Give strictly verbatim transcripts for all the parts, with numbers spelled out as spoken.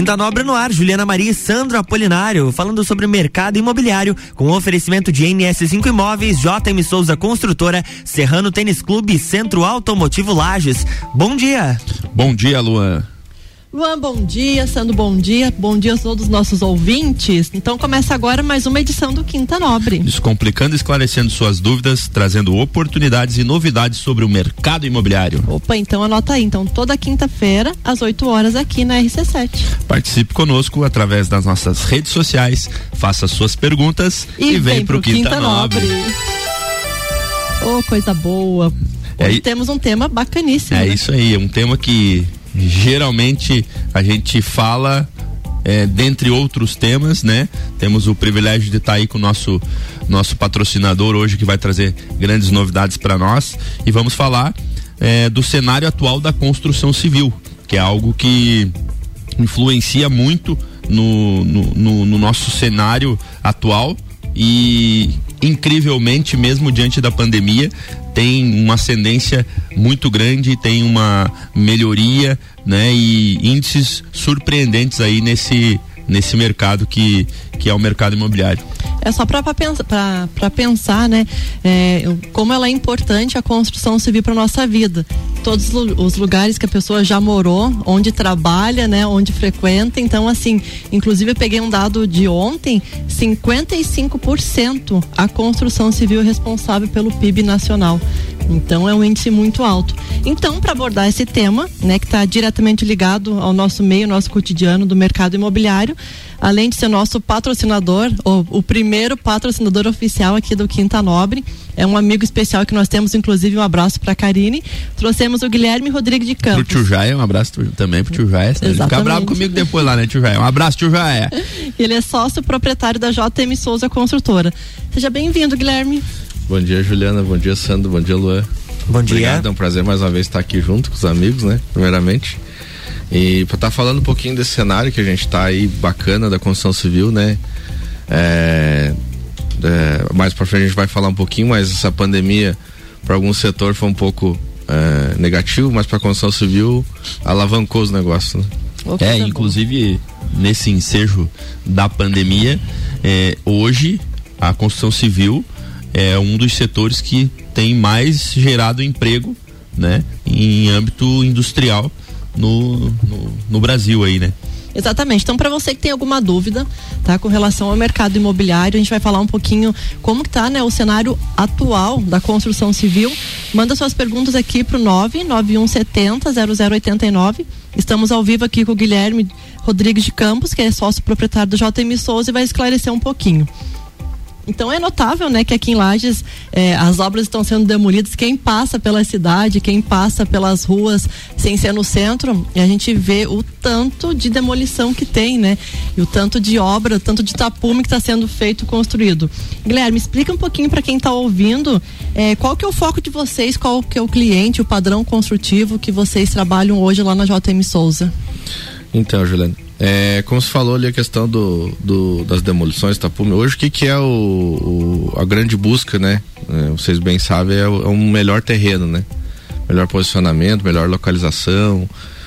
Quinta Nobre no ar, Juliana Maria e Sandro Apolinário, falando sobre o mercado imobiliário, com oferecimento de N S cinco Imóveis, J M Souza Construtora, Serrano Tênis Clube e Centro Automotivo Lages. Bom dia. Bom dia, Luan. Luan, bom dia, Sandro, bom dia, bom dia a todos os nossos ouvintes. Então começa agora mais uma edição do Quinta Nobre. Descomplicando e esclarecendo suas dúvidas, trazendo oportunidades e novidades sobre o mercado imobiliário. Opa, então anota aí, então toda quinta-feira, às oito horas aqui na R C sete. Participe conosco através das nossas redes sociais, faça suas perguntas e, e vem, vem pro, pro Quinta, Quinta Nobre. Oh, coisa boa. Hoje é, temos um tema bacaníssimo. É né? isso aí, é um tema que geralmente a gente fala é, dentre outros temas, né? Temos o privilégio de estar aí com o nosso nosso patrocinador hoje, que vai trazer grandes novidades para nós, e vamos falar é, do cenário atual da construção civil, que é algo que influencia muito no, no, no, no nosso cenário atual e incrivelmente, mesmo diante da pandemia, tem uma ascendência muito grande, tem uma melhoria, né, e índices surpreendentes aí nesse nesse mercado que que é o mercado imobiliário. É só para para pensar, né, é, como ela é importante a construção civil para nossa vida. Todos os lugares que a pessoa já morou, onde trabalha, né, onde frequenta. Então, assim, inclusive eu peguei um dado de ontem, cinquenta e cinco por cento a construção civil é responsável pelo P I B nacional. Então é um índice muito alto. Então, para abordar esse tema, né, que está diretamente ligado ao nosso meio, nosso cotidiano do mercado imobiliário, além de ser nosso patrocinador, o, o primeiro patrocinador oficial aqui do Quinta Nobre, é um amigo especial que nós temos, inclusive um abraço para a Karine. Trouxemos o Guilherme Rodrigues de Campos. Pro tio Jaia, um abraço também pro tio Jaia. Ele fica bravo comigo depois lá, né, tio Jaia? Um abraço, tio Jaia. Ele é sócio proprietário da J M Souza Construtora. Seja bem-vindo, Guilherme. Bom dia, Juliana, bom dia, Sandro, bom dia, Luan. Bom dia. Obrigado, é um prazer mais uma vez estar aqui junto com os amigos, né, primeiramente. E para estar tá falando um pouquinho desse cenário que a gente está aí bacana da construção civil, né, é, é, mais para frente a gente vai falar um pouquinho, mas essa pandemia para algum setor foi um pouco é, negativo, mas para a construção civil alavancou os negócios, né? É, inclusive nesse ensejo da pandemia, é, hoje a construção civil é um dos setores que tem mais gerado emprego, né, em âmbito industrial no, no, no Brasil aí, né? Exatamente. Então, para você que tem alguma dúvida, tá, com relação ao mercado imobiliário, a gente vai falar um pouquinho como que tá, né, o cenário atual da construção civil. Manda suas perguntas aqui pro nove nove um sete zero zero zero oito nove. Estamos ao vivo aqui com o Guilherme Rodrigues de Campos, que é sócio proprietário do J M Souza, e vai esclarecer um pouquinho. Então é notável, né, que aqui em Lages eh, as obras estão sendo demolidas. Quem passa pela cidade, quem passa pelas ruas sem ser no centro, a gente vê o tanto de demolição que tem, né? E o tanto de obra, o tanto de tapume que está sendo feito, construído. Guilherme, explica um pouquinho para quem está ouvindo eh, qual que é o foco de vocês, qual que é o cliente, o padrão construtivo que vocês trabalham hoje lá na J M Souza. Então, Juliana, É, como você falou ali, a questão do, do, das demolições, tapume, hoje o que que é o, o a grande busca, né? É, vocês bem sabem, é, o, é um melhor terreno, né? Melhor posicionamento, melhor localização,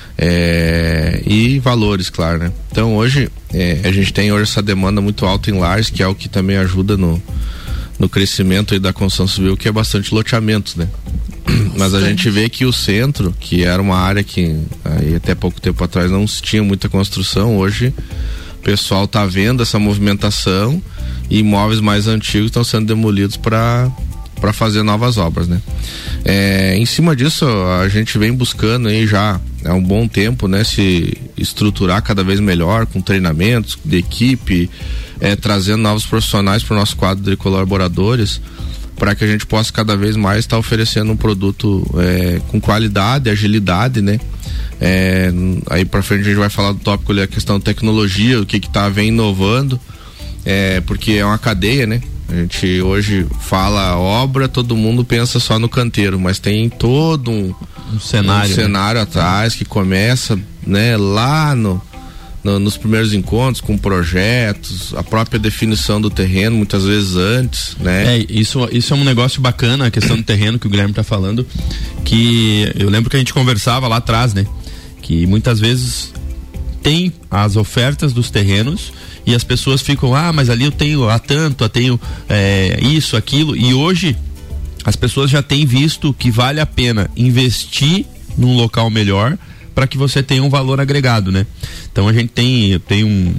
é, e valores, claro, né? Então hoje, é, a gente tem hoje essa demanda muito alta em Lages, que é o que também ajuda no, no crescimento aí da construção civil, que é bastante loteamentos, né? Mas a gente vê que o centro, que era uma área que aí até pouco tempo atrás não se tinha muita construção, hoje o pessoal tá vendo essa movimentação e imóveis mais antigos estão sendo demolidos para para fazer novas obras, né? É, em cima disso, a gente vem buscando aí já há um bom tempo, né, se estruturar cada vez melhor com treinamentos de equipe, é, trazendo novos profissionais para o nosso quadro de colaboradores, para que a gente possa cada vez mais estar tá oferecendo um produto é, com qualidade, agilidade, né? É, aí para frente a gente vai falar do tópico ali, a questão da tecnologia, o que que tá vem inovando, é, porque é uma cadeia, né? A gente hoje fala obra, todo mundo pensa só no canteiro, mas tem todo um, um cenário, um cenário né? atrás que começa, né, lá no No, nos primeiros encontros com projetos, a própria definição do terreno, muitas vezes antes, né? É, isso, isso é um negócio bacana, a questão do terreno que o Guilherme tá falando, que eu lembro que a gente conversava lá atrás, né? Que muitas vezes tem as ofertas dos terrenos e as pessoas ficam, ah, mas ali eu tenho a tanto, eu tenho é, isso, aquilo, e hoje as pessoas já têm visto que vale a pena investir num local melhor para que você tenha um valor agregado, né? Então a gente tem, tem um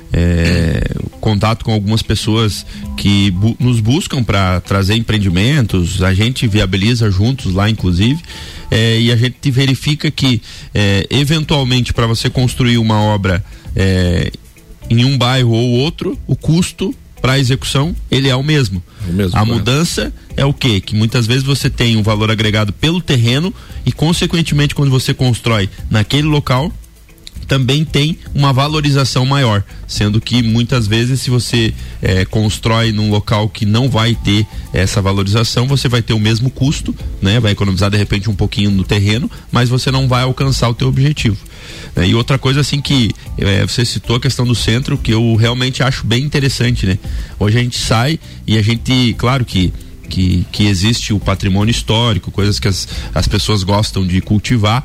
é, contato com algumas pessoas que bu- nos buscam para trazer empreendimentos, a gente viabiliza juntos lá, inclusive, é, e a gente verifica que é, eventualmente para você construir uma obra é, em um bairro ou outro, o custo para a execução ele é o mesmo. O mesmo a né? mudança é o quê? Que muitas vezes você tem um valor agregado pelo terreno e consequentemente quando você constrói naquele local também tem uma valorização maior, sendo que muitas vezes se você é, constrói num local que não vai ter essa valorização, você vai ter o mesmo custo, né? Vai economizar de repente um pouquinho no terreno, mas você não vai alcançar o teu objetivo. É, e outra coisa assim que é, você citou a questão do centro, que eu realmente acho bem interessante, né? Hoje a gente sai e a gente, claro que que, que existe o patrimônio histórico, coisas que as, as pessoas gostam de cultivar,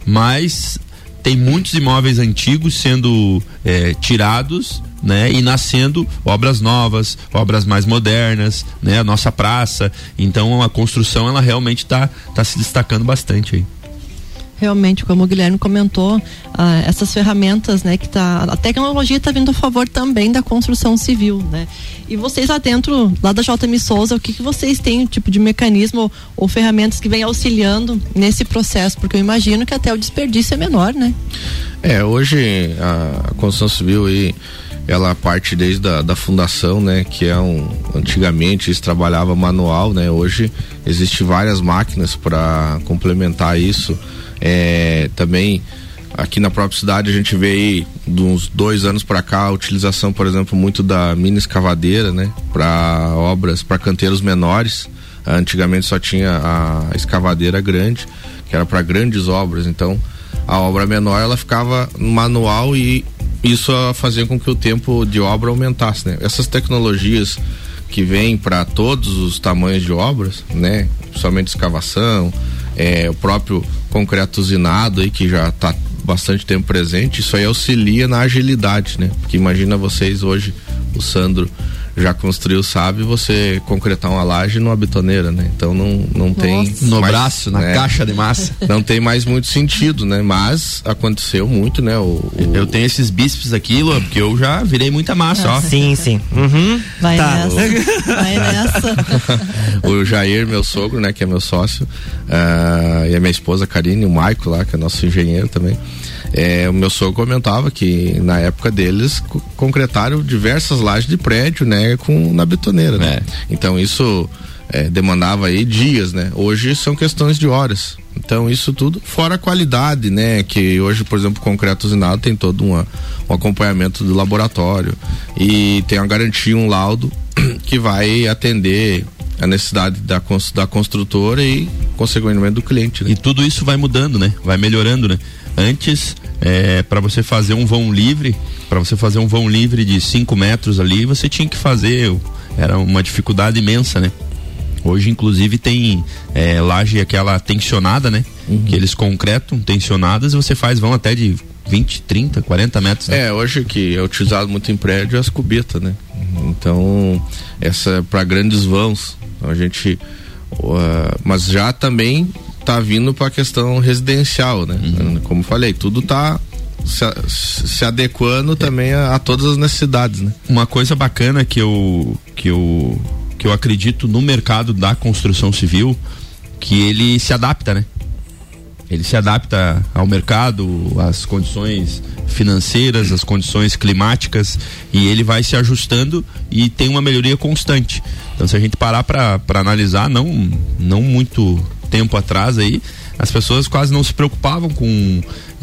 mas tem muitos imóveis antigos sendo é, tirados, né, e nascendo obras novas, obras mais modernas, né, a nossa praça. Então a construção ela realmente está tá se destacando bastante aí. Realmente, como o Guilherme comentou, ah, essas ferramentas, né, que tá, a tecnologia está vindo a favor também da construção civil, né? E vocês lá dentro, lá da J M Souza, o que que vocês têm, tipo de mecanismo ou, ou ferramentas que vem auxiliando nesse processo? Porque eu imagino que até o desperdício é menor, né? É, hoje a, a construção civil aí, ela parte desde a da fundação, né, que é um, antigamente se trabalhava manual, né? Hoje existe várias máquinas para complementar isso. É, também aqui na própria cidade a gente vê aí de uns dois anos para cá a utilização, por exemplo, muito da mini escavadeira, né, para obras, para canteiros menores. Antigamente só tinha a escavadeira grande, que era para grandes obras, então a obra menor ela ficava manual e isso fazia com que o tempo de obra aumentasse, né? Essas tecnologias que vêm para todos os tamanhos de obras, né, somente escavação, é, o próprio concreto usinado aí que já está bastante tempo presente, isso aí auxilia na agilidade, né? Porque imagina vocês hoje, o Sandro já construiu, sabe, você concretar uma laje numa betoneira, né? Então não, não tem no mais, braço, na né? caixa de massa. Não tem mais muito sentido, né? Mas aconteceu muito, né? O, o... Eu tenho esses bíceps aqui, Lua, porque eu já virei muita massa, ó. Sim, sim. Uhum. Vai Tá. nessa. Vai nessa. O Jair, meu sogro, né, que é meu sócio, uh, e a minha esposa Karine, o Maico lá, que é nosso engenheiro também. É, o meu sogro comentava que na época deles co- concretaram diversas lajes de prédio, né, com, na betoneira, né? É. Então isso é, demandava aí dias, né? Hoje são questões de horas. Então isso tudo fora a qualidade, né? Que hoje, por exemplo, o concreto usinado tem todo uma, um acompanhamento do laboratório e tem uma garantia, um laudo que vai atender a necessidade da, da construtora e consequentemente do cliente, né? E tudo isso vai mudando, né? Vai melhorando, né? Antes, é, para você fazer um vão livre, para você fazer um vão livre de cinco metros ali, você tinha que fazer, era uma dificuldade imensa, né? Hoje, inclusive, tem é, laje aquela tensionada, né? Uhum. Que eles concretam tensionadas e você faz vão até de vinte, trinta, quarenta metros. Né? É, hoje que é utilizado muito em prédio as cubetas, né? Então, essa é para grandes vãos. Então, a gente, uh, mas já também tá vindo para a questão residencial, né? Uhum. Como falei, tudo tá se, se adequando também a, a todas as necessidades, né? Uma coisa bacana que eu que eu que eu acredito no mercado da construção civil, que ele se adapta, né? Ele se adapta ao mercado, às condições financeiras, às condições climáticas, e ele vai se ajustando e tem uma melhoria constante. Então, se a gente parar para analisar, não não muito tempo atrás aí, as pessoas quase não se preocupavam com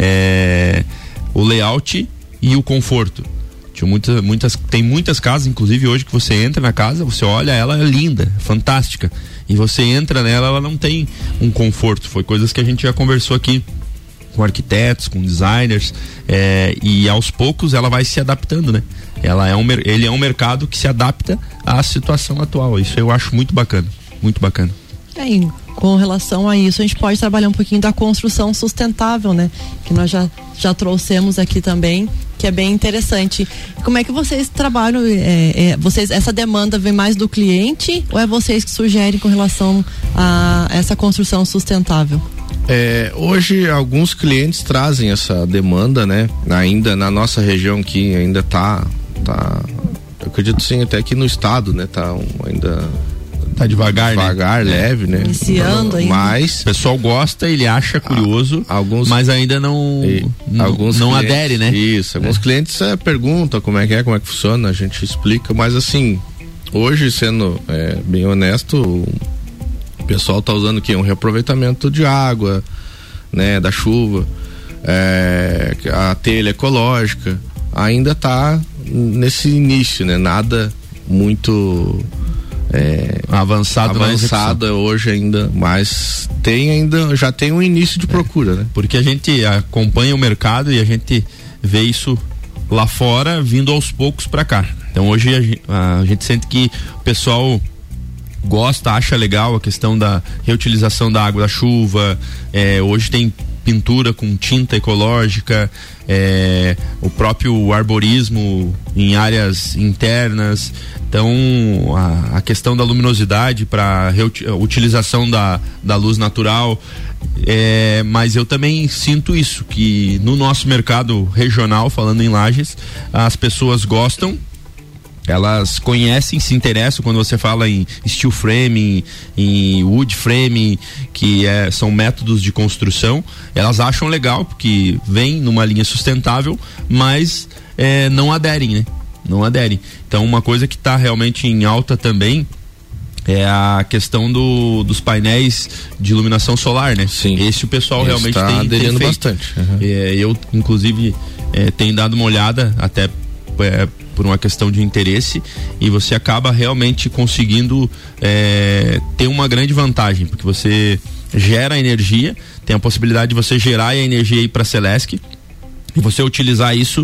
é, o layout e o conforto. Tinha muita, muitas, tem muitas casas, inclusive hoje, que você entra na casa, você olha, ela é linda, fantástica, e você entra nela, ela não tem um conforto. Foi coisas que a gente já conversou aqui com arquitetos, com designers, é, e aos poucos ela vai se adaptando, né? Ela é um, ele é um mercado que se adapta à situação atual. Isso eu acho muito bacana, muito bacana. É, em com relação a isso, a gente pode trabalhar um pouquinho da construção sustentável, né? Que nós já, já trouxemos aqui também, que é bem interessante. Como é que vocês trabalham? É, é, vocês, essa demanda vem mais do cliente ou é vocês que sugerem com relação a essa construção sustentável? É, hoje alguns clientes trazem essa demanda, né? Ainda na nossa região aqui ainda tá, tá eu acredito sim, até aqui no estado, né? Tá um, ainda tá devagar, devagar, né? leve, né? Iniciando ainda. Mas o pessoal gosta, ele acha curioso, a, alguns, mas ainda não e, não, alguns não clientes, adere, né? Isso, alguns é. clientes é, perguntam como é que é, como é que funciona, a gente explica, mas assim, hoje sendo é, bem honesto, o pessoal tá usando o quê? Um reaproveitamento de água, né? Da chuva, é, a telha ecológica, ainda tá nesse início, né? Nada muito é, avançado, avançada hoje ainda, mas tem ainda, já tem um início de procura, é, né? Porque a gente acompanha o mercado e a gente vê isso lá fora vindo aos poucos para cá. Então hoje a gente, a gente sente que o pessoal gosta, acha legal a questão da reutilização da água da chuva. É, hoje tem pintura com tinta ecológica, é, o próprio arborismo em áreas internas. Então a, a questão da luminosidade para utilização da, da luz natural, é, mas eu também sinto isso, que no nosso mercado regional, falando em Lages, as pessoas gostam, elas conhecem, se interessam quando você fala em steel frame, em wood frame, que é, são métodos de construção. Elas acham legal porque vem numa linha sustentável, mas é, não aderem, né? Não aderem. Então uma coisa que está realmente em alta também é a questão do, dos painéis de iluminação solar, né? Sim. Esse o pessoal Isso realmente tá tem, aderindo tem feito bastante. Uhum. É, eu inclusive é, tenho dado uma olhada até é, por uma questão de interesse, e você acaba realmente conseguindo é, ter uma grande vantagem, porque você gera energia, tem a possibilidade de você gerar a energia aí para a Celesc e você utilizar isso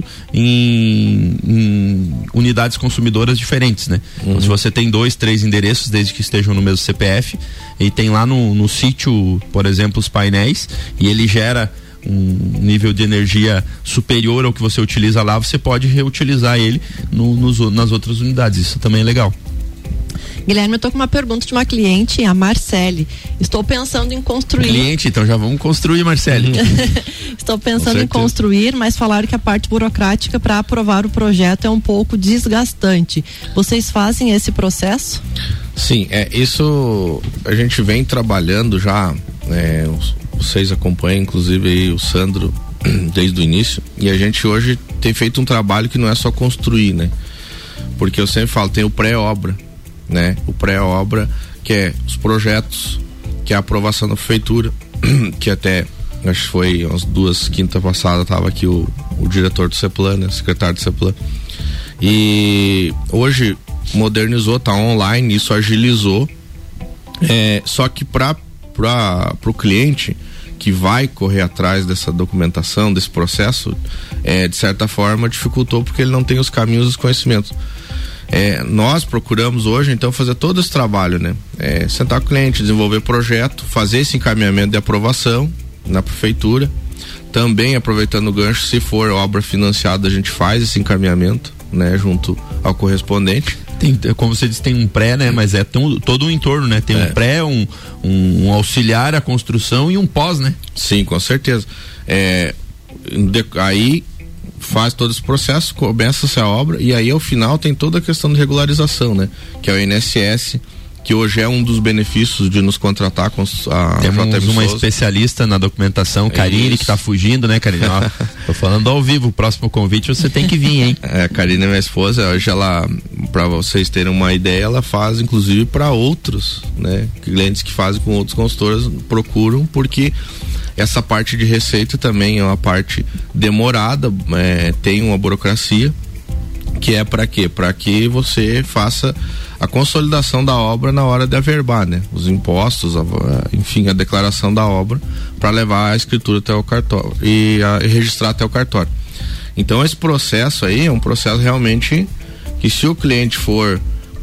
em, em unidades consumidoras diferentes, né? Uhum. Então, se você tem dois, três endereços, desde que estejam no mesmo C P F, e tem lá no, no sítio, por exemplo, os painéis, e ele gera um nível de energia superior ao que você utiliza lá, você pode reutilizar ele no, nos, nas outras unidades. Isso também é legal. Guilherme, eu tô com uma pergunta de uma cliente, a Marcele. Estou pensando em construir. Cliente, então já vamos construir, Marcele. Estou pensando em construir, mas falaram que a parte burocrática para aprovar o projeto é um pouco desgastante. Vocês fazem esse processo? Sim, é, isso a gente vem trabalhando já, é, vocês acompanham, inclusive aí o Sandro, desde o início, e a gente hoje tem feito um trabalho que não é só construir, né? Porque eu sempre falo, tem o pré-obra, né? O pré-obra, que é os projetos, que é a aprovação da prefeitura, que até, acho que foi umas duas quintas passadas, tava aqui o, o diretor do CEPLAN, né? O secretário do CEPLAN, e hoje modernizou, tá online, isso agilizou, é, só que para para o cliente que vai correr atrás dessa documentação, desse processo, é, de certa forma dificultou, porque ele não tem os caminhos e os conhecimentos. É, nós procuramos hoje então fazer todo esse trabalho, né? É, sentar com o cliente, desenvolver projeto, fazer esse encaminhamento de aprovação na prefeitura, também aproveitando o gancho, se for obra financiada, a gente faz esse encaminhamento, né, junto ao correspondente. Tem, como você disse, tem um pré, né? Mas é tão, todo um entorno, né? Tem é. um pré, um, um, um auxiliar à construção e um pós, né? Sim, com certeza. É, de, aí faz todo esse processo, começa-se a obra, e aí ao final tem toda a questão de regularização, né? Que é o I N S S, que hoje é um dos benefícios de nos contratar com a Temos J M uma Souza. Especialista na documentação, Karine, Isso. que tá fugindo, né, Karine? Ó, tô falando ao vivo, o próximo convite você tem que vir, hein? É, a Karine é minha esposa, hoje ela, pra vocês terem uma ideia, ela faz inclusive para outros, né? Clientes que fazem com outros consultores procuram, porque essa parte de receita também é uma parte demorada, é, tem uma burocracia, que é para quê? Para que você faça a consolidação da obra na hora de averbar, né? Os impostos, a, enfim, a declaração da obra, para levar a escritura até o cartório e, a, e registrar até o cartório. Então esse processo aí é um processo realmente que, se o cliente for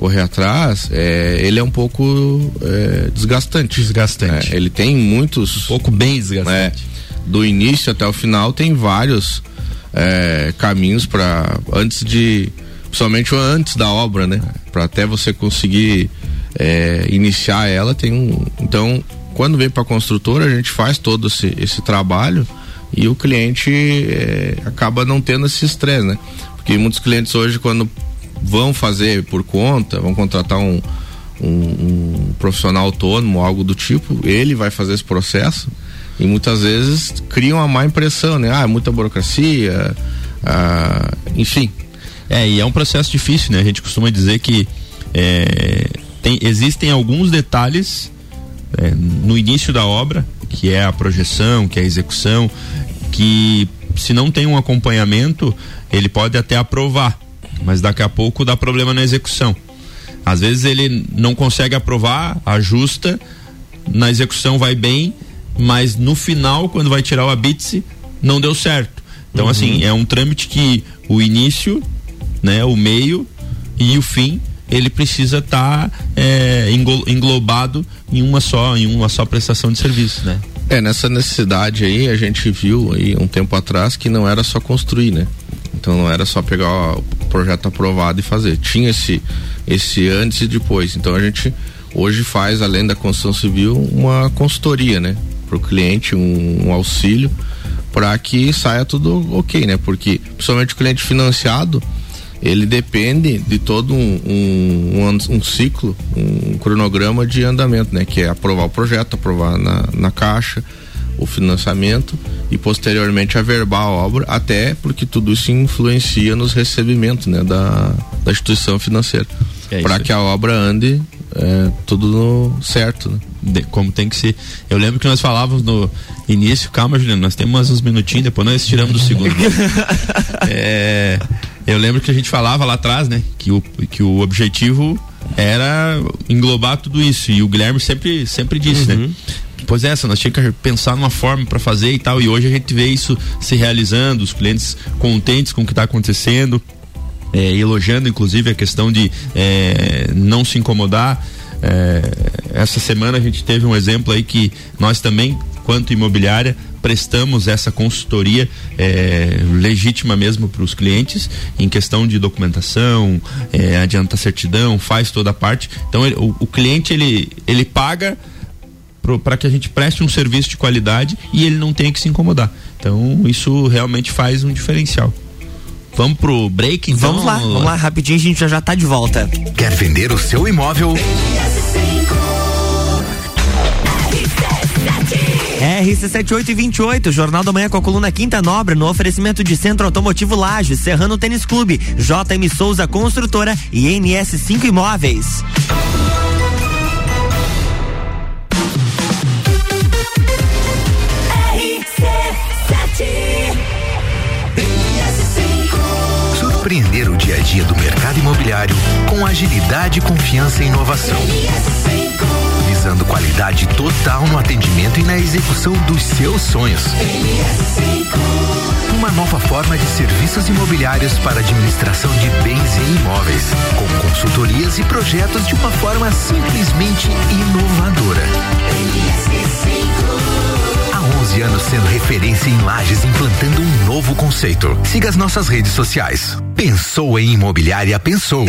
correr atrás, é, ele é um pouco é, desgastante. Desgastante. É, ele tem muitos. Um pouco bem desgastante. É, do início até o final tem vários é, caminhos para antes de, principalmente antes da obra, né? Para até você conseguir é, iniciar ela tem um. Então, quando vem para a construtora, a gente faz todo esse, esse trabalho e o cliente é, acaba não tendo esse estresse, né? Porque muitos clientes hoje, quando vão fazer por conta, vão contratar um, um, um profissional autônomo, algo do tipo, ele vai fazer esse processo e muitas vezes criam uma má impressão, né? Ah, é muita burocracia, ah, enfim. É, e é um processo difícil, né? A gente costuma dizer que é, tem, existem alguns detalhes é, no início da obra, que é a projeção, que é a execução, que se não tem um acompanhamento, ele pode até aprovar, mas daqui a pouco dá problema na execução. Às vezes ele não consegue aprovar, ajusta, na execução vai bem, mas no final, quando vai tirar o habite, não deu certo. Então, uhum. assim, é um trâmite que o início, né, o meio e o fim, ele precisa estar tá, é, englobado em uma só, em uma só prestação de serviço, né? É, nessa necessidade aí, a gente viu aí um tempo atrás que não era só construir, né? Então não era só pegar ó, o projeto aprovado e fazer. Tinha esse, esse antes e depois. Então a gente hoje faz, além da construção civil, uma consultoria, né? Para o cliente, um, um auxílio para que saia tudo ok, né? Porque principalmente o cliente financiado, ele depende de todo um, um, um, um ciclo, um cronograma de andamento, né? Que é aprovar o projeto, aprovar na, na caixa, o financiamento e posteriormente averbar a obra, até porque tudo isso influencia nos recebimentos, né? Da, da instituição financeira, é para que a obra ande é, tudo no certo, né? De, como tem que ser. Eu lembro que nós falávamos no início, calma, Juliano, nós temos mais uns minutinhos, depois nós tiramos do segundo. é, eu lembro que a gente falava lá atrás, né, que o, que o objetivo era englobar tudo isso, e o Guilherme sempre, sempre disse, uhum. né? Pois é, essa, nós tínhamos que pensar numa forma para fazer e tal, e hoje a gente vê isso se realizando, os clientes contentes com o que está acontecendo, é, elogiando inclusive a questão de é, não se incomodar. É, essa semana a gente teve um exemplo aí que nós também, quanto imobiliária, prestamos essa consultoria é, legítima mesmo para os clientes em questão de documentação, é, adianta certidão, faz toda a parte. Então ele, o, o cliente ele, ele paga para que a gente preste um serviço de qualidade e ele não tenha que se incomodar. Então isso realmente faz um diferencial. Vamos pro break, então? Vamos lá, vamos lá, rapidinho, a gente já já tá de volta. Quer vender o seu imóvel? R C sete oito vinte e oito, Jornal da Manhã com a coluna Quinta Nobre, no oferecimento de Centro Automotivo Lages, Serrano Tênis Clube, J M Souza Construtora e N S cinco Imóveis. Surpreender o dia a dia do mercado imobiliário com agilidade, confiança e inovação. Visando qualidade total no atendimento e na execução dos seus sonhos. Uma nova forma de serviços imobiliários para administração de bens e imóveis, com consultorias e projetos de uma forma simplesmente inovadora. Há onze anos sendo referência em Lages, implantando um novo conceito. Siga as nossas redes sociais. Pensou em imobiliária, pensou.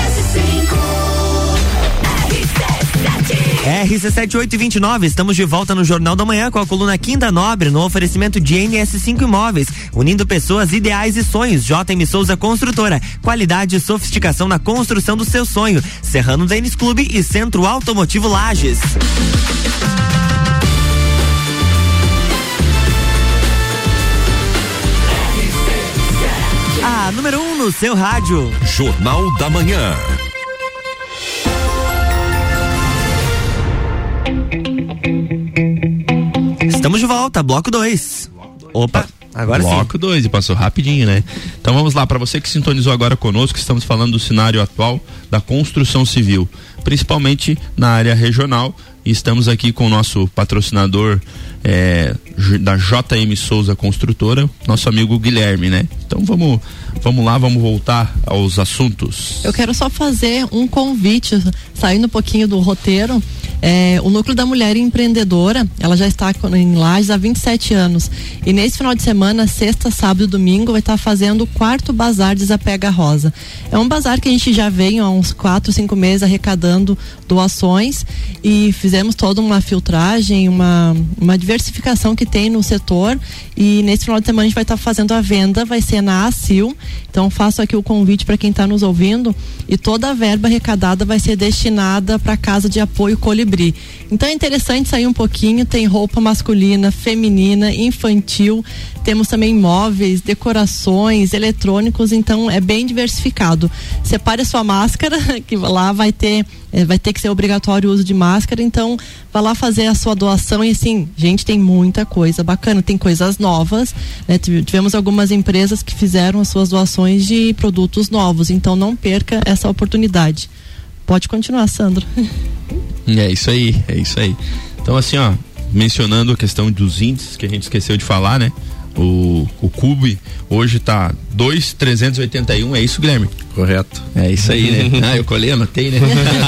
R C sete oito vinte e nove, estamos de volta no Jornal da Manhã com a coluna Quinta Nobre, no oferecimento de N S cinco Imóveis, unindo pessoas, ideais e sonhos. J M Souza Construtora, qualidade e sofisticação na construção do seu sonho. Serrano Tênis Clube e Centro Automotivo Lages. A número um no seu rádio. Jornal da Manhã. Estamos de volta, bloco dois. Opa. Agora Bloco dois, e passou rapidinho, né? Então vamos lá, para você que sintonizou agora conosco, estamos falando do cenário atual da construção civil, principalmente na área regional, e estamos aqui com o nosso patrocinador é, da J M Souza Construtora, nosso amigo Guilherme, né? Então vamos, vamos lá, vamos voltar aos assuntos. Eu quero só fazer um convite, saindo um pouquinho do roteiro. É, o Núcleo da Mulher Empreendedora, ela já está em Lages há vinte e sete anos. E nesse final de semana, sexta, sábado e domingo, vai estar fazendo o quarto bazar Desapega Rosa. É um bazar que a gente já vem há uns quatro, cinco meses arrecadando doações e fizemos toda uma filtragem, uma, uma diversificação que tem no setor. E nesse final de semana a gente vai estar fazendo a venda, vai ser na ACIL. Então faço aqui o convite para quem está nos ouvindo, e toda a verba arrecadada vai ser destinada para a Casa de Apoio Colibri. Então é interessante sair um pouquinho, tem roupa masculina, feminina, infantil, temos também móveis, decorações, eletrônicos, então é bem diversificado. Separe a sua máscara, que lá vai ter, é, vai ter que ser obrigatório o uso de máscara, então vai lá fazer a sua doação. E assim, gente, tem muita coisa bacana, tem coisas novas, né? Tivemos algumas empresas que fizeram as suas doações de produtos novos, então não perca essa oportunidade. Pode continuar, Sandro. É isso aí, é isso aí. Então assim, ó, mencionando a questão dos índices que a gente esqueceu de falar, né? O, o Cube hoje tá dois mil trezentos e oitenta e um, é isso, Guilherme? Correto. É isso aí, né? Ah, eu colei, anotei, né?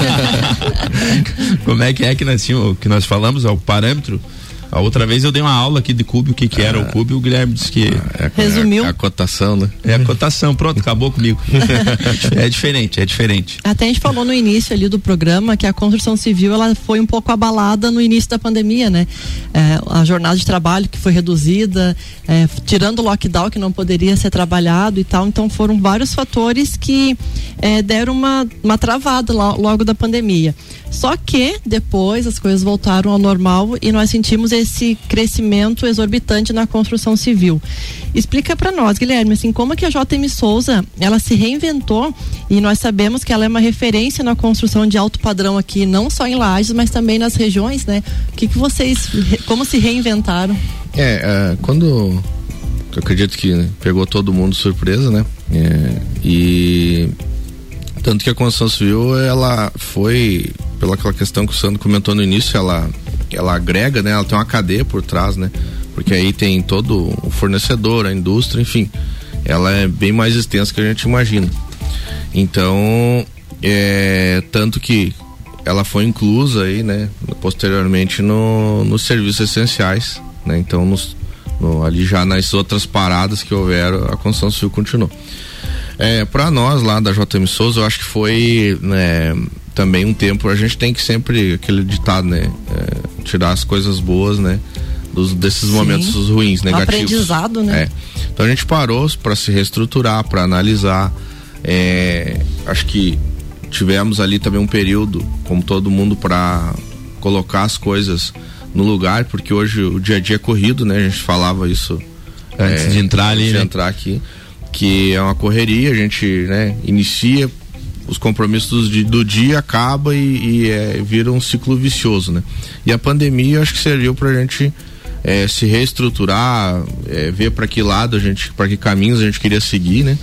Como é que é que nós, tínhamos, que nós falamos, ó, o parâmetro? A outra vez eu dei uma aula aqui de Cube, o que que era ah, o Cube, o Guilherme disse que... Ah, é, resumiu. É a, a cotação, né? É a cotação, pronto, acabou comigo. É diferente, é diferente. Até a gente falou no início ali do programa que a construção civil, ela foi um pouco abalada no início da pandemia, né? É, a jornada de trabalho que foi reduzida, é, tirando o lockdown que não poderia ser trabalhado e tal, então foram vários fatores que é, deram uma, uma travada lá, logo da pandemia. Só que depois as coisas voltaram ao normal e nós sentimos esse crescimento exorbitante na construção civil. Explica para nós, Guilherme, assim, como é que a J M Souza, ela se reinventou, e nós sabemos que ela é uma referência na construção de alto padrão aqui, não só em Lages, mas também nas regiões, né? O que que vocês, como se reinventaram? É, é quando eu acredito que pegou todo mundo de surpresa, né? É, e tanto que a construção civil, ela foi, pela aquela questão que o Sandro comentou no início, ela, ela agrega, né? Ela tem uma cadeia por trás, né? Porque aí tem todo o fornecedor, a indústria, enfim, ela é bem mais extensa que a gente imagina. Então, é, tanto que ela foi inclusa aí, né? Posteriormente no, nos serviços essenciais, né? Então, nos, no, ali já nas outras paradas que houveram, a construção civil continuou. É, para nós lá da J M Souza, eu acho que foi, né, também um tempo, a gente tem que sempre, aquele ditado, né, é, tirar as coisas boas, né, dos, desses Sim. momentos ruins, negativos. Aprendizado, né? É. Então a gente parou para se reestruturar, para analisar, é, acho que tivemos ali também um período, como todo mundo, para colocar as coisas no lugar, porque hoje o dia a dia é corrido, né, a gente falava isso antes é, de entrar ali, antes de né? entrar aqui, que é uma correria, a gente, né, inicia os compromissos de, do dia, acaba e, e é, vira um ciclo vicioso, né? E a pandemia, acho que serviu pra gente é, se reestruturar, é, ver para que lado a gente, para que caminhos a gente queria seguir, né?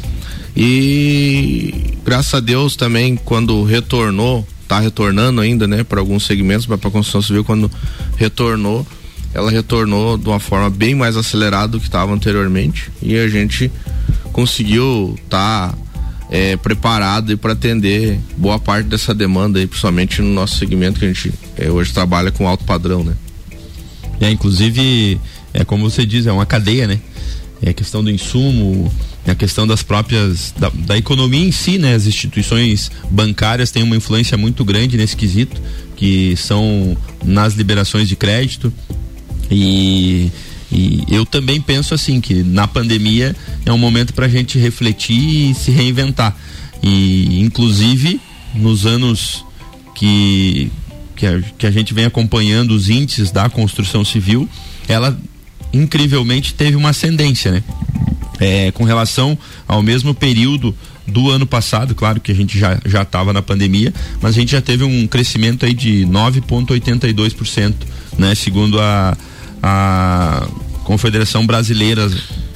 E graças a Deus também, quando retornou, tá retornando ainda, né, para alguns segmentos, mas para a construção civil, quando retornou, ela retornou de uma forma bem mais acelerada do que estava anteriormente, e a gente conseguiu estar tá, é, preparado para atender boa parte dessa demanda aí, principalmente no nosso segmento que a gente é, hoje trabalha com alto padrão, né? É, inclusive, é como você diz, é uma cadeia, né? É a questão do insumo, é a questão das próprias, da, da economia em si, né? As instituições bancárias têm uma influência muito grande nesse quesito, que são nas liberações de crédito. E, e eu também penso assim, que na pandemia é um momento para a gente refletir e se reinventar. E inclusive nos anos que, que, a, que a gente vem acompanhando os índices da construção civil, ela incrivelmente teve uma ascendência, né? É, com relação ao mesmo período do ano passado, claro que a gente já já estava na pandemia, mas a gente já teve um crescimento aí de nove vírgula oitenta e dois por cento, né? Segundo a a Confederação Brasileira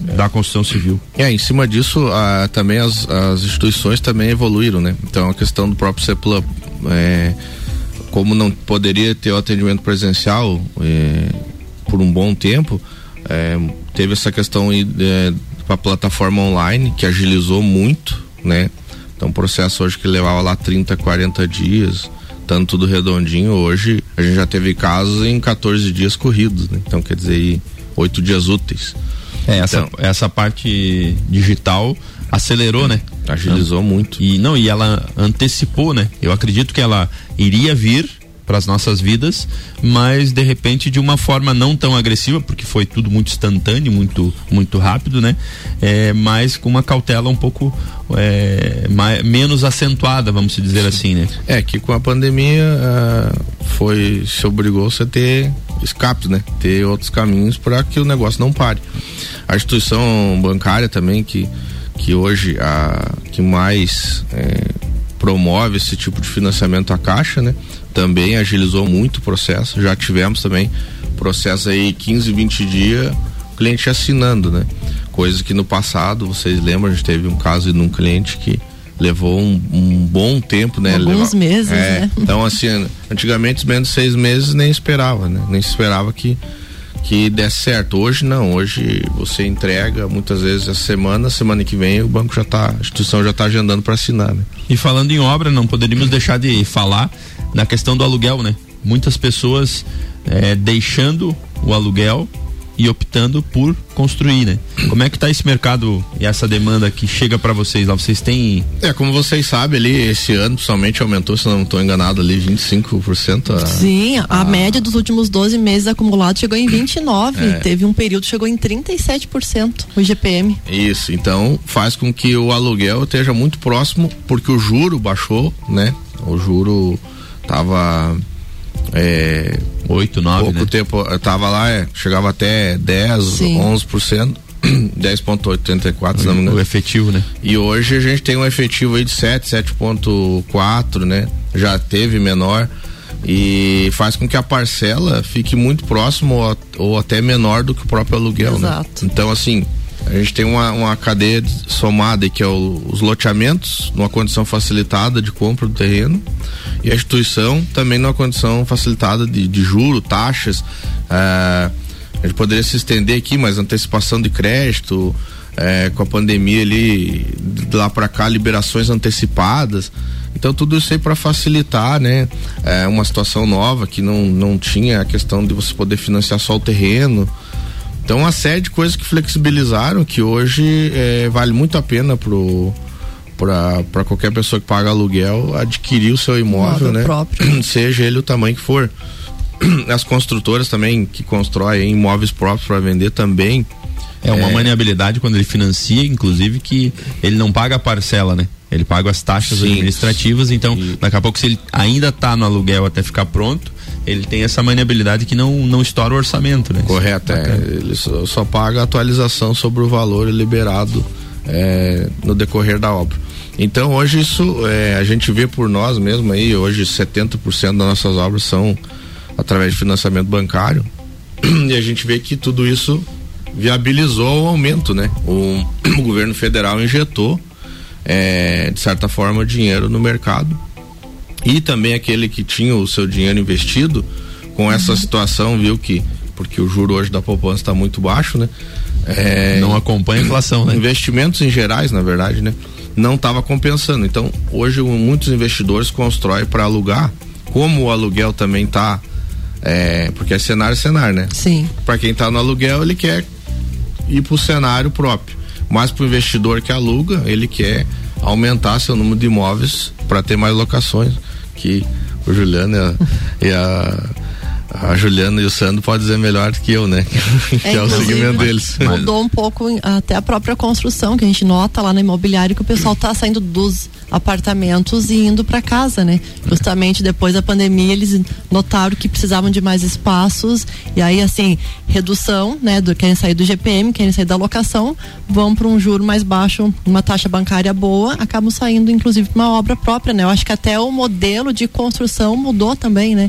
da construção civil. É, em cima disso, ah, também as, as instituições também evoluíram, né? Então a questão do próprio CEPLAN, é, como não poderia ter o atendimento presencial é, por um bom tempo, é, teve essa questão é, para a plataforma online, que agilizou muito, né? Então, um processo hoje que levava lá trinta, quarenta dias, tanto tudo redondinho, hoje a gente já teve casos em quatorze dias corridos, né? Então, quer dizer, oito dias úteis. É, essa, então, essa parte digital acelerou, né? Agilizou não, muito. E não, e ela antecipou, né? Eu acredito que ela iria vir para as nossas vidas, mas de repente de uma forma não tão agressiva, porque foi tudo muito instantâneo, muito muito rápido, né? É, mas com uma cautela um pouco é, mais, menos acentuada, vamos dizer Sim. assim, né? É que com a pandemia uh, foi se obrigou você a ter escape, né? Ter outros caminhos para que o negócio não pare. A instituição bancária também que que hoje a que mais é, promove esse tipo de financiamento à Caixa, né? Também agilizou muito o processo. Já tivemos também processo aí quinze, vinte dias, o cliente assinando, né? Coisa que no passado, vocês lembram, a gente teve um caso de um cliente que levou um, um bom tempo, né? Alguns Leva, meses, é, né? Então, assim, antigamente menos de seis meses nem esperava, né? Nem esperava que que desse certo. Hoje não, hoje você entrega muitas vezes essa semana, semana que vem o banco já tá, a instituição já tá agendando para assinar, né? E falando em obra, não poderíamos deixar de falar na questão do aluguel, né? Muitas pessoas é, deixando o aluguel e optando por construir, né? Como é que tá esse mercado e essa demanda que chega para vocês lá? Vocês têm... É, como vocês sabem ali, esse ano principalmente aumentou, se não estou enganado ali, vinte e cinco por cento. A, Sim, a, a média dos últimos doze meses acumulados chegou em vinte e nove por cento, é. Teve um período que chegou em trinta e sete por cento o I G P M. Isso, então faz com que o aluguel esteja muito próximo, porque o juro baixou, né? O juro tava... É, oito, nove, pouco né? tempo, tava lá, é, chegava até dez, Sim. onze por cento, dez vírgula oitenta e quatro, se não me engano. O efetivo, né? E hoje a gente tem um efetivo aí de sete, sete vírgula quatro, né? Já teve menor e faz com que a parcela fique muito próximo ou, ou até menor do que o próprio aluguel, Exato. Né? Então, assim, a gente tem uma, uma cadeia somada que é o, os loteamentos numa condição facilitada de compra do terreno e a instituição também numa condição facilitada de, de juro, taxas. Uh, a gente poderia se estender aqui, mas antecipação de crédito, uh, com a pandemia ali, de lá para cá, liberações antecipadas. Então tudo isso aí para facilitar, né? Uh, uma situação nova que não, não tinha a questão de você poder financiar só o terreno. Então, uma série de coisas que flexibilizaram, que hoje é, vale muito a pena para qualquer pessoa que paga aluguel adquirir o seu imóvel, né? Próprio. Seja ele o tamanho que for. As construtoras também que constroem imóveis próprios para vender também. É uma é... maniabilidade quando ele financia, inclusive, que ele não paga a parcela, né? Ele paga as taxas Sim. administrativas, então e... daqui a pouco, se ele ainda está no aluguel até ficar pronto, ele tem essa maniabilidade que não, não estoura o orçamento, né? Correto, é, ele só, só paga a atualização sobre o valor liberado é, no decorrer da obra. Então hoje isso é, a gente vê por nós mesmo aí, hoje setenta por cento das nossas obras são através de financiamento bancário e a gente vê que tudo isso viabilizou o aumento, né? O, o governo federal injetou é, de certa forma dinheiro no mercado e também aquele que tinha o seu dinheiro investido com essa uhum. situação, viu que porque o juro hoje da poupança está muito baixo, né? É, não acompanha a inflação, né? Investimentos em gerais, na verdade, né? Não estava compensando. Então, hoje muitos investidores constroem para alugar, como o aluguel também tá, é, porque é cenário é cenário, né? Sim. Para quem está no aluguel, ele quer ir para o cenário próprio. Mas para o investidor que aluga, ele quer aumentar seu número de imóveis para ter mais locações. Que o Juliano e a, e a, a Juliana e o Sandro podem dizer melhor do que eu, né? que é, é o segmento deles. Mudou um pouco até a própria construção, que a gente nota lá no imobiliário que o pessoal tá saindo dos apartamentos e indo para casa, né? Justamente depois da pandemia eles notaram que precisavam de mais espaços e aí assim, redução, né? Do, querem sair do G P M, querem sair da locação, vão para um juro mais baixo, uma taxa bancária boa, acabam saindo inclusive para uma obra própria, né? Eu acho que até o modelo de construção mudou também, né?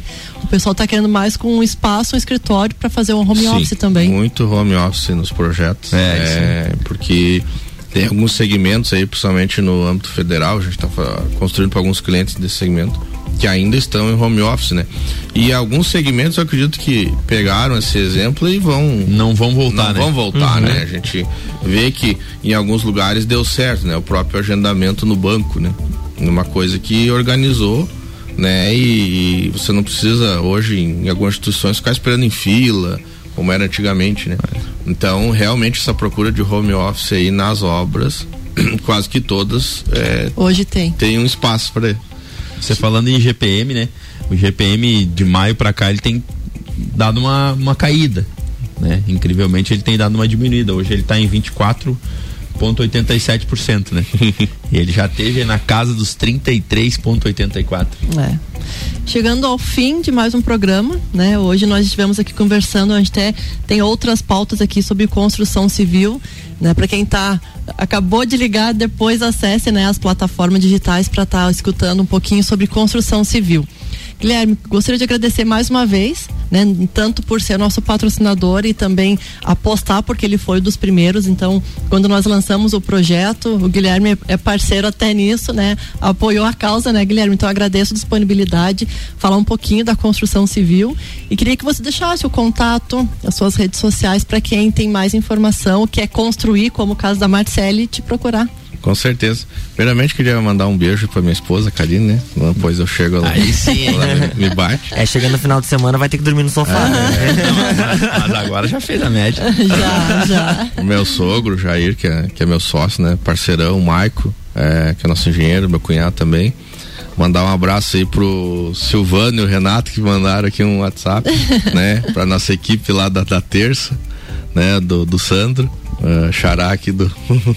o pessoal está querendo mais com um espaço, um escritório para fazer um home Sim, office também. Muito home office nos projetos. É, é porque tem alguns segmentos aí, principalmente no âmbito federal, a gente está construindo para alguns clientes desse segmento que ainda estão em home office, né? E alguns segmentos eu acredito que pegaram esse exemplo e vão não vão voltar, não né? vão voltar, uhum. né? A gente vê que em alguns lugares deu certo, né? O próprio agendamento no banco, né? Uma coisa que organizou, né? E, e você não precisa hoje em algumas instituições ficar esperando em fila, como era antigamente, né? Então, realmente essa procura de home office aí nas obras, quase que todas é, hoje tem. Tem um espaço para ele. Você falando em G P M, né? O G P M de maio para cá ele tem dado uma, uma caída, né? Incrivelmente ele tem dado uma diminuída. Hoje ele está em vinte e quatro vírgula oitenta e sete por cento, né? E ele já teve na casa dos trinta e três vírgula oitenta e quatro. É. Chegando ao fim de mais um programa, né? Hoje nós estivemos aqui conversando, a gente até tem outras pautas aqui sobre construção civil, né? Para quem tá acabou de ligar, depois acesse, né, as plataformas digitais para estar tá escutando um pouquinho sobre construção civil. Guilherme, gostaria de agradecer mais uma vez, né, tanto por ser nosso patrocinador e também apostar porque ele foi um dos primeiros. Então, quando nós lançamos o projeto, o Guilherme é parceiro até nisso, né, apoiou a causa, né, Guilherme? Então, agradeço a disponibilidade, falar um pouquinho da construção civil e queria que você deixasse o contato, as suas redes sociais para quem tem mais informação, quer construir, como o caso da Marcele, te procurar. Com certeza. Primeiramente, queria mandar um beijo pra minha esposa, Karine, né? Depois eu chego lá. Aí sim, ela me, me bate. É, chegando no final de semana vai ter que dormir no sofá, ah, né? É, não, mas agora já fez a média. Já, já. O meu sogro, Jair, que é, que é meu sócio, né? Parceirão, o Maico, é, que é nosso engenheiro, meu cunhado também. Mandar um abraço aí pro Silvano e o Renato, que mandaram aqui um WhatsApp, né? Pra nossa equipe lá da, da terça, né? Do, do Sandro. Uh, xará aqui do,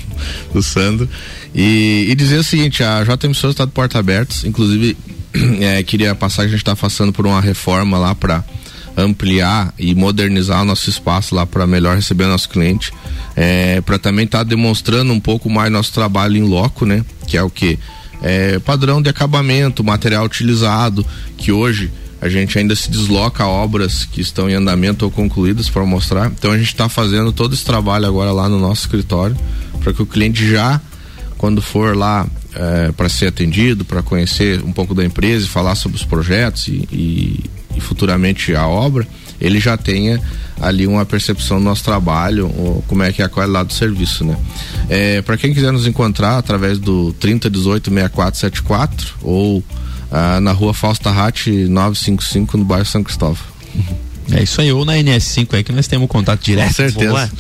do Sandro e, e dizer o seguinte, a J M Souza está de porta abertas, inclusive é, queria passar que a gente está passando por uma reforma lá para ampliar e modernizar o nosso espaço lá para melhor receber o nosso cliente, é, para também estar tá demonstrando um pouco mais nosso trabalho em loco, né, que é o que? É, padrão de acabamento, material utilizado, que hoje a gente ainda se desloca a obras que estão em andamento ou concluídas para mostrar. Então a gente está fazendo todo esse trabalho agora lá no nosso escritório, para que o cliente já, quando for lá é, para ser atendido, para conhecer um pouco da empresa e falar sobre os projetos e, e, e futuramente a obra, ele já tenha ali uma percepção do nosso trabalho, ou como é que é a qualidade do serviço, né? É, para quem quiser nos encontrar através do trinta dezoito sessenta e quatro setenta e quatro ou Ah, na rua Fausta Ratti novecentos e cinquenta e cinco no bairro São Cristóvão. É isso aí, ou na N S cinco aí que nós temos contato direto. Com certeza.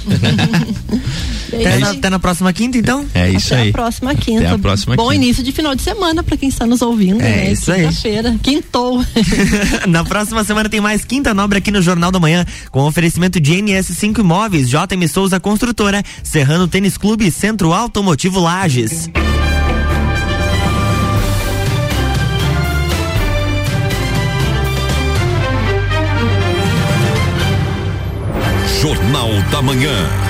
Até, na, até na próxima quinta, então? É isso até aí. A próxima quinta. Até a próxima Bom quinta. início de final de semana para quem está nos ouvindo. É né? isso aí. Quinta-feira, quintou. Na próxima semana tem mais Quinta Nobre aqui no Jornal da Manhã, com oferecimento de N S cinco Imóveis, J M Souza Construtora, Serrano Tênis Clube e Centro Automotivo Lages. Jornal da Manhã.